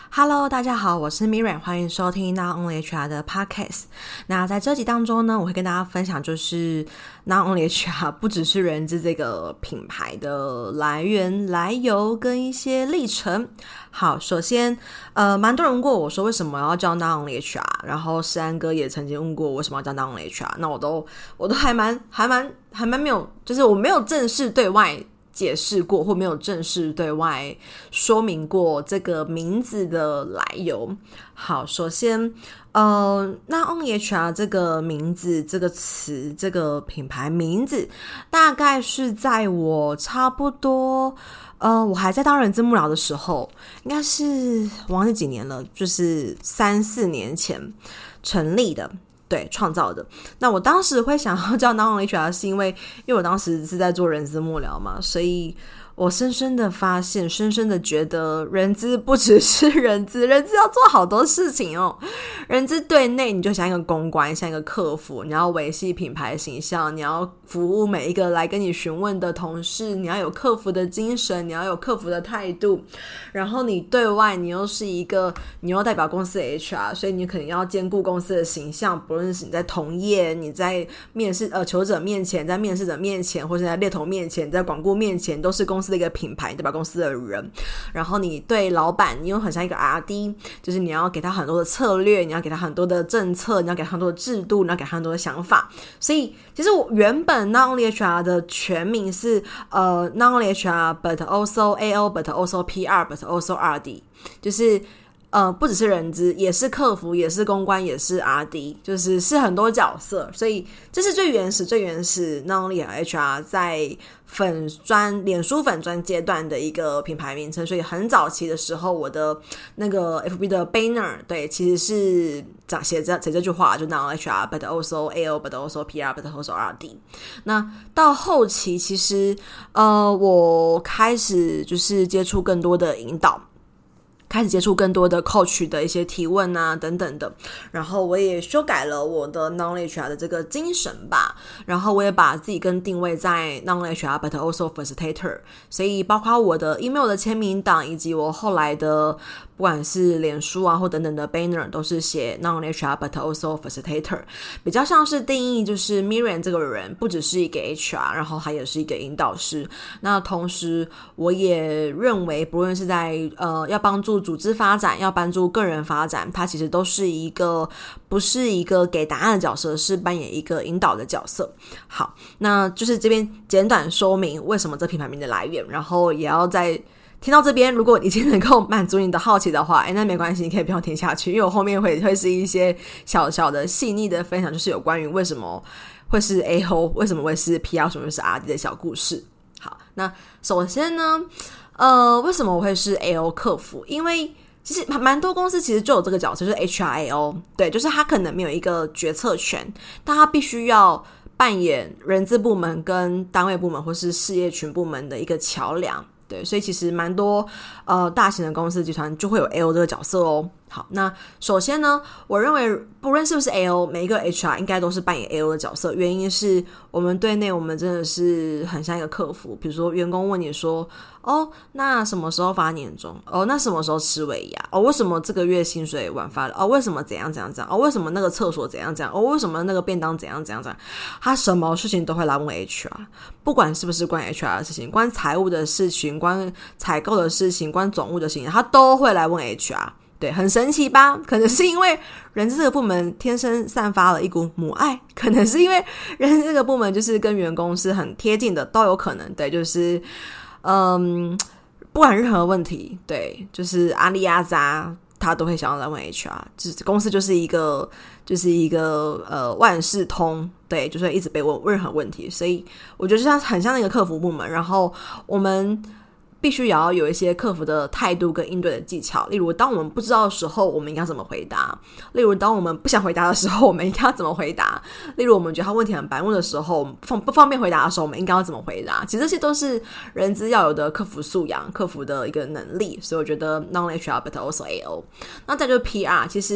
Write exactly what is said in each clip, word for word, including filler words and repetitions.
Hello， 大家好，我是 Miriam， 欢迎收听 Not Only H R 的 Podcast。那在这集当中呢，我会跟大家分享，就是 Not Only H R 不只是人资这个品牌的来源、来由跟一些历程。好，首先，呃，蛮多人问过我说为什么要叫 Not Only H R， 然后世安哥也曾经问过我为什么要叫 Not Only H R， 那我都我都还蛮还蛮还蛮没有，就是我没有正式对外解释过，或没有正式对外说明过这个名字的来由。好，首先呃，那 Only H R 这个名字，这个词，这个品牌名字，大概是在我差不多呃，我还在当人资幕僚的时候，应该是忘记几年了，就是三四年前成立的。对，创造的。那我当时会想要叫 Not Only H R 是因为因为我当时是在做人资幕僚嘛，所以我深深的发现，深深的觉得人资不只是人资，人资要做好多事情哦。人资对内你就像一个公关，像一个客服，你要维系品牌形象，你要服务每一个来跟你询问的同事，你要有客服的精神，你要有客服的态度。然后你对外你又是一个，你又代表公司的 H R， 所以你可能要兼顾公司的形象，不论是你在同业，你在面试呃求者面前，在面试者面前，或是在猎头面前，在广顾面前，都是公司的一个品牌，代表公司的人。然后你对老板，你又很像一个 R D， 就是你要给他很多的策略，你要给他很多的政策，你要给他很多的制度，你要给他很多的想法。所以其实我原本 Not Only H R 的全名是呃 Not Only H R but also A O but also P R but also R D， 就是呃，不只是人资，也是客服，也是公关，也是 R D， 就是是很多角色。所以这是最原始最原始 Not Only H R 在粉专脸书粉专阶段的一个品牌名称。所以很早期的时候，我的那个 F B 的 banner 对其实是写这写这句话，就 Not Only H R but also A O but also P R but also R D。 那到后期其实呃，我开始就是接触更多的引导，开始接触更多的 coach 的一些提问啊等等的，然后我也修改了我的 Not Only H R 的这个精神吧，然后我也把自己更定位在 Not Only H R but also facilitator， 所以包括我的 email 的签名档，以及我后来的不管是脸书啊或等等的 banner 都是写 Not Only H R but also facilitator， 比较像是定义就是 Miriam 这个人不只是一个 H R， 然后他也是一个引导师。那同时我也认为不论是在呃要帮助组织发展，要帮助个人发展，它其实都是一个不是一个给答案的角色，是扮演一个引导的角色。好，那就是这边简短说明为什么这品牌名的来源，然后也要在听到这边，如果已经能够满足你的好奇的话，诶那没关系，你可以不用听下去，因为我后面会会是一些小小的细腻的分享，就是有关于为什么会是 A O， 为什么会是 P R， 为什么会是 R D 的小故事。好，那首先呢呃，为什么我会是 A O 客服？因为其实蛮多公司其实就有这个角色，就是 H R A O， 对，就是他可能没有一个决策权，但他必须要扮演人资部门跟单位部门或是事业群部门的一个桥梁。对，所以其实蛮多呃大型的公司集团就会有 A O 这个角色哦。好，那首先呢，我认为不论是不是 A O， 每一个 H R 应该都是扮演 A O 的角色。原因是我们对内我们真的是很像一个客服，比如说员工问你说，哦，那什么时候发年终？哦，那什么时候吃尾牙？哦，为什么这个月薪水晚发了？哦，为什么怎样怎样怎样？哦，为什么那个厕所怎样怎样？哦，为什么那个便当怎样怎样怎样？他什么事情都会来问 H R， 不管是不是关 H R 的事情，关财务的事情，关采购的事情，关总务的事情，他都会来问 H R。对，很神奇吧？可能是因为人资这个部门天生散发了一股母爱，可能是因为人资这个部门就是跟员工是很贴近的，都有可能。对，就是嗯，不管任何问题，对，就是阿里阿扎他都会想要来问 H R， 就是公司就是一个就是一个呃万事通，对，就是会一直被问任何问题，所以我觉得像很像那个客服部门，然后我们必须也要有一些客服的态度跟应对的技巧，例如当我们不知道的时候我们应该怎么回答，例如当我们不想回答的时候我们应该要怎么回答，例如我们觉得他问题很白目的时候，不方便回答的时候我们应该要怎么回答。其实这些都是人资要有的客服素养，客服的一个能力，所以我觉得 Not Only H R but also A O。 那再就是 P R， 其实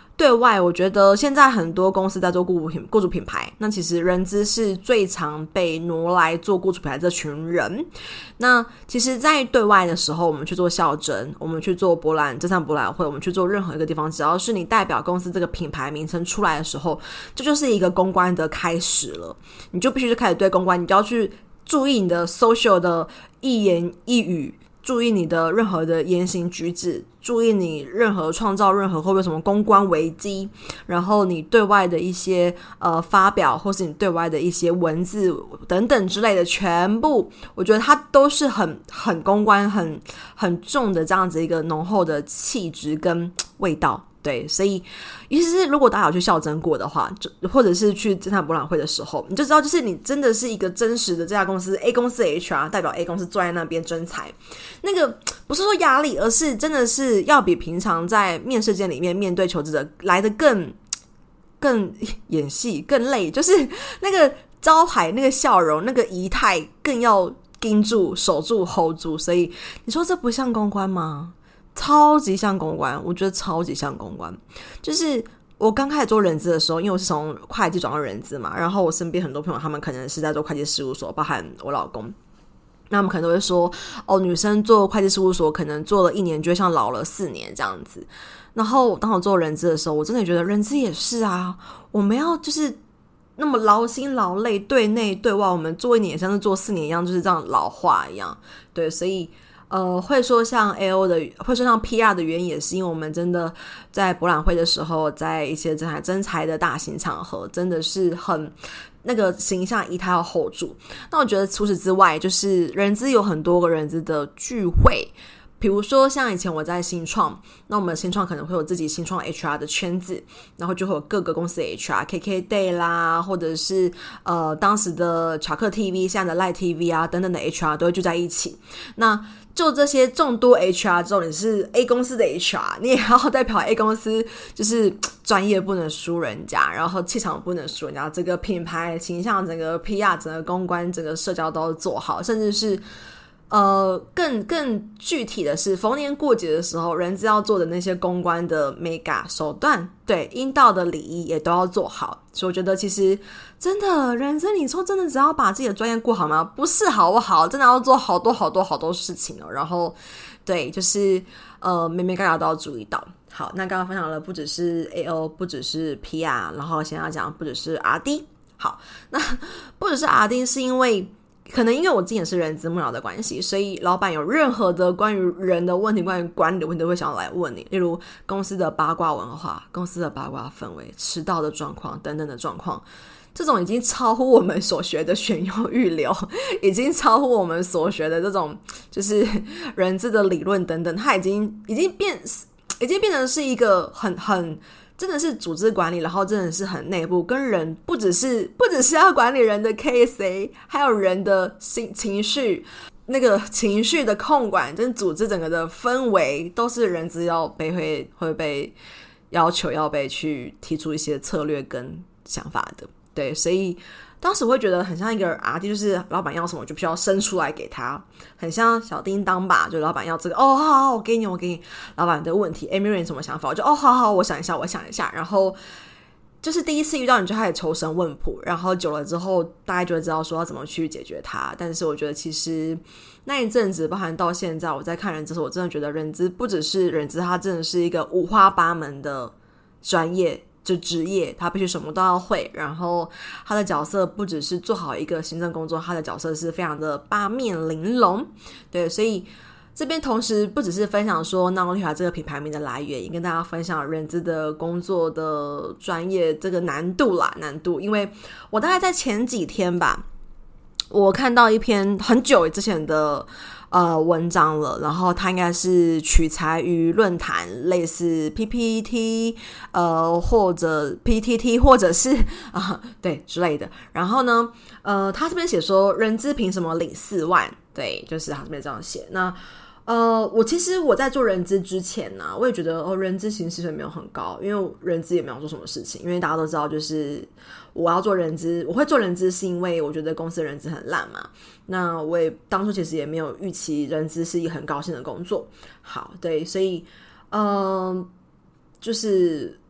对外，我觉得现在很多公司在做雇主品雇主品牌，那其实人资是最常被挪来做雇主品牌这群人。那其实在对外的时候，我们去做校征，我们去做博览这场博览会，我们去做任何一个地方，只要是你代表公司这个品牌名称出来的时候，这就是一个公关的开始了。你就必须就开始对公关，你就要去注意你的 social 的一言一语，注意你的任何的言行举止，注意你任何创造任何会不会有什么公关危机，然后你对外的一些呃发表，或是你对外的一些文字等等之类的，全部我觉得它都是很很公关很很重的这样子一个浓厚的气质跟味道。对，所以尤其是如果大家有去校征过的话，就或者是去这场博览会的时候，你就知道就是你真的是一个真实的这家公司 A 公司的 H R 代表 A 公司坐在那边征才，那个不是说压力，而是真的是要比平常在面试间里面面对求职者来得更更演戏更累，就是那个招牌那个笑容那个仪态更要盯住守住 hold 住。所以你说这不像公关吗？超级像公关，我觉得超级像公关。就是我刚开始做人资的时候，因为我是从会计转到人资嘛，然后我身边很多朋友他们可能是在做会计事务所，包含我老公，那他们可能都会说哦，女生做会计事务所可能做了一年就会像老了四年这样子。然后当我做人资的时候，我真的觉得人资也是啊，我们要就是那么劳心劳累，对内对外我们做一年像是做四年一样，就是这样老化一样。对，所以呃，会说像 A O 的，会说像 P R 的原因，也是因为我们真的在博览会的时候，在一些征才征才的大型场合，真的是很那个形象仪态要 hold 住。那我觉得除此之外，就是人资有很多个人资的聚会。比如说像以前我在新创，那我们新创可能会有自己新创 H R 的圈子，然后就会有各个公司的 H R， K K Day 啦，或者是呃当时的巧克 T V 现在的 Light T V 啊等等的 H R 都会聚在一起。那就这些众多 H R 之后，你是 A 公司的 H R， 你也要代表 A 公司，就是专业不能输人家，然后气场不能输人家，这个品牌形象整个 P R 整个公关整个社交都做好，甚至是呃，更更具体的是，逢年过节的时候，人资要做的那些公关的 mega 手段，对应到的礼仪也都要做好。所以我觉得其实真的人资，你说真的只要把自己的专业顾好吗？不是，好不好？真的要做好多好多好多事情哦。然后对，就是呃，每每嘎嘎都要注意到。好，那刚刚分享了不只是 A O， 不只是 P R， 然后现在要讲不只是 R D。好，那不只是 R D 是因为可能因为我自己也是人资幕僚的关系，所以老板有任何的关于人的问题，关于管理的问题都会想要来问你，例如公司的八卦文化，公司的八卦氛围，迟到的状况等等的状况，这种已经超乎我们所学的选优预留，已经超乎我们所学的这种就是人资的理论等等，它已经已经变已经变成是一个很很真的是组织管理，然后真的是很内部，跟人不只是不只是要管理人的 K S A， 还有人的心情绪，那个情绪的控管跟组织整个的氛围，都是人资要被会会被要求要被去提出一些策略跟想法的。对，所以当时我会觉得很像一个 R D， 就是老板要什么我就必须要生出来给他，很像小叮当吧，就老板要这个，哦好好我给你我给你，老板的问题 Amy 有什么想法，我就哦好好我想一下我想一下，然后就是第一次遇到你就开始求神问卜，然后久了之后大概就会知道说要怎么去解决它。但是我觉得其实那一阵子包含到现在我在看人资的时候，我真的觉得人资不只是人资，它真的是一个五花八门的专业就职业，他必须什么都要会，然后他的角色不只是做好一个行政工作，他的角色是非常的八面玲珑。对，所以这边同时不只是分享说 Not Only 这个品牌名的来源，也跟大家分享人资的工作的专业这个难度啦难度。因为我大概在前几天吧，我看到一篇很久之前的呃文章了，然后它应该是取材于论坛，类似 P P T 呃或者 P T T 或者是啊、呃、对之类的。然后呢呃他这边写说人资凭什么领四万，对，就是他这边这样写。那呃，我其实我在做人资之前呢、啊，我也觉得哦，人资其实薪水没有很高，因为人资也没有做什么事情。因为大家都知道，就是我要做人资，我会做人资是因为我觉得公司的人资很烂嘛。那我也当初其实也没有预期人资是一个很高薪的工作。好，对，所以嗯、呃，就是。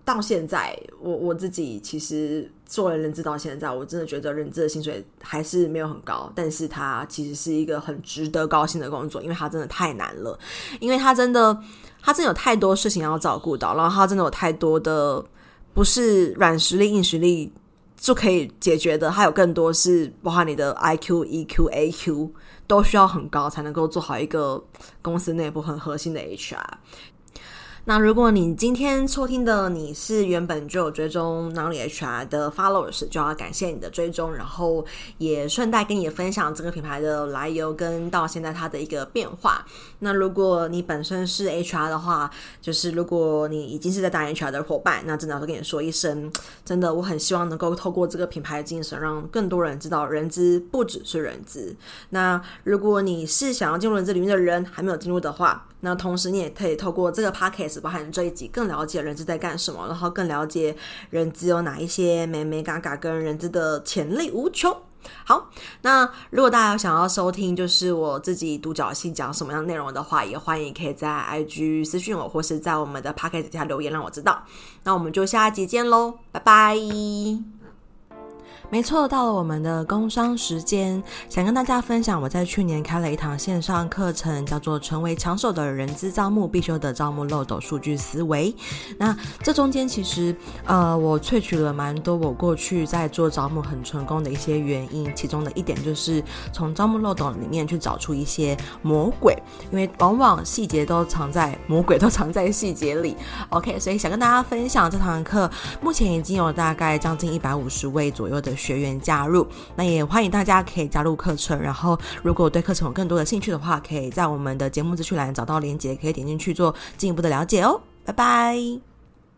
到现在我我自己其实做了人资到现在，我真的觉得人资的薪水还是没有很高，但是它其实是一个很值得高兴的工作，因为它真的太难了，因为它真的它真的有太多事情要照顾到，然后它真的有太多的不是软实力硬实力就可以解决的，还有更多是包含你的 I Q、E Q、A Q 都需要很高才能够做好一个公司内部很核心的 H R。那如果你今天收听的你是原本就有追踪 Nongli H R 的 followers， 就要感谢你的追踪，然后也顺带跟你分享这个品牌的来由跟到现在它的一个变化。那如果你本身是 H R 的话，就是如果你已经是在当 H R 的伙伴，那真的要跟你说一声，真的我很希望能够透过这个品牌的精神让更多人知道人资不只是人资。那如果你是想要进入人资领域的人还没有进入的话，那同时你也可以透过这个 podcast 包含这一集更了解人资在干什么，然后更了解人资有哪一些眉眉角角跟人资的潜力无穷。好，那如果大家有想要收听就是我自己独角戏讲什么样的内容的话，也欢迎可以在 I G 私讯我，或是在我们的 podcast 底下留言让我知道。那我们就下一集见咯，拜拜。没错，到了我们的工商时间，想跟大家分享我在去年开了一堂线上课程，叫做成为抢手的人资招募必修的招募漏斗数据思维。那这中间其实呃，我萃取了蛮多我过去在做招募很成功的一些原因，其中的一点就是从招募漏斗里面去找出一些魔鬼，因为往往细节都藏在魔鬼都藏在细节里。 OK， 所以想跟大家分享这堂课目前已经有大概将近一百五十位左右的学员加入，那也欢迎大家可以加入课程，然后如果对课程有更多的兴趣的话，可以在我们的节目资讯栏找到连结，可以点进去做进一步的了解哦。拜拜。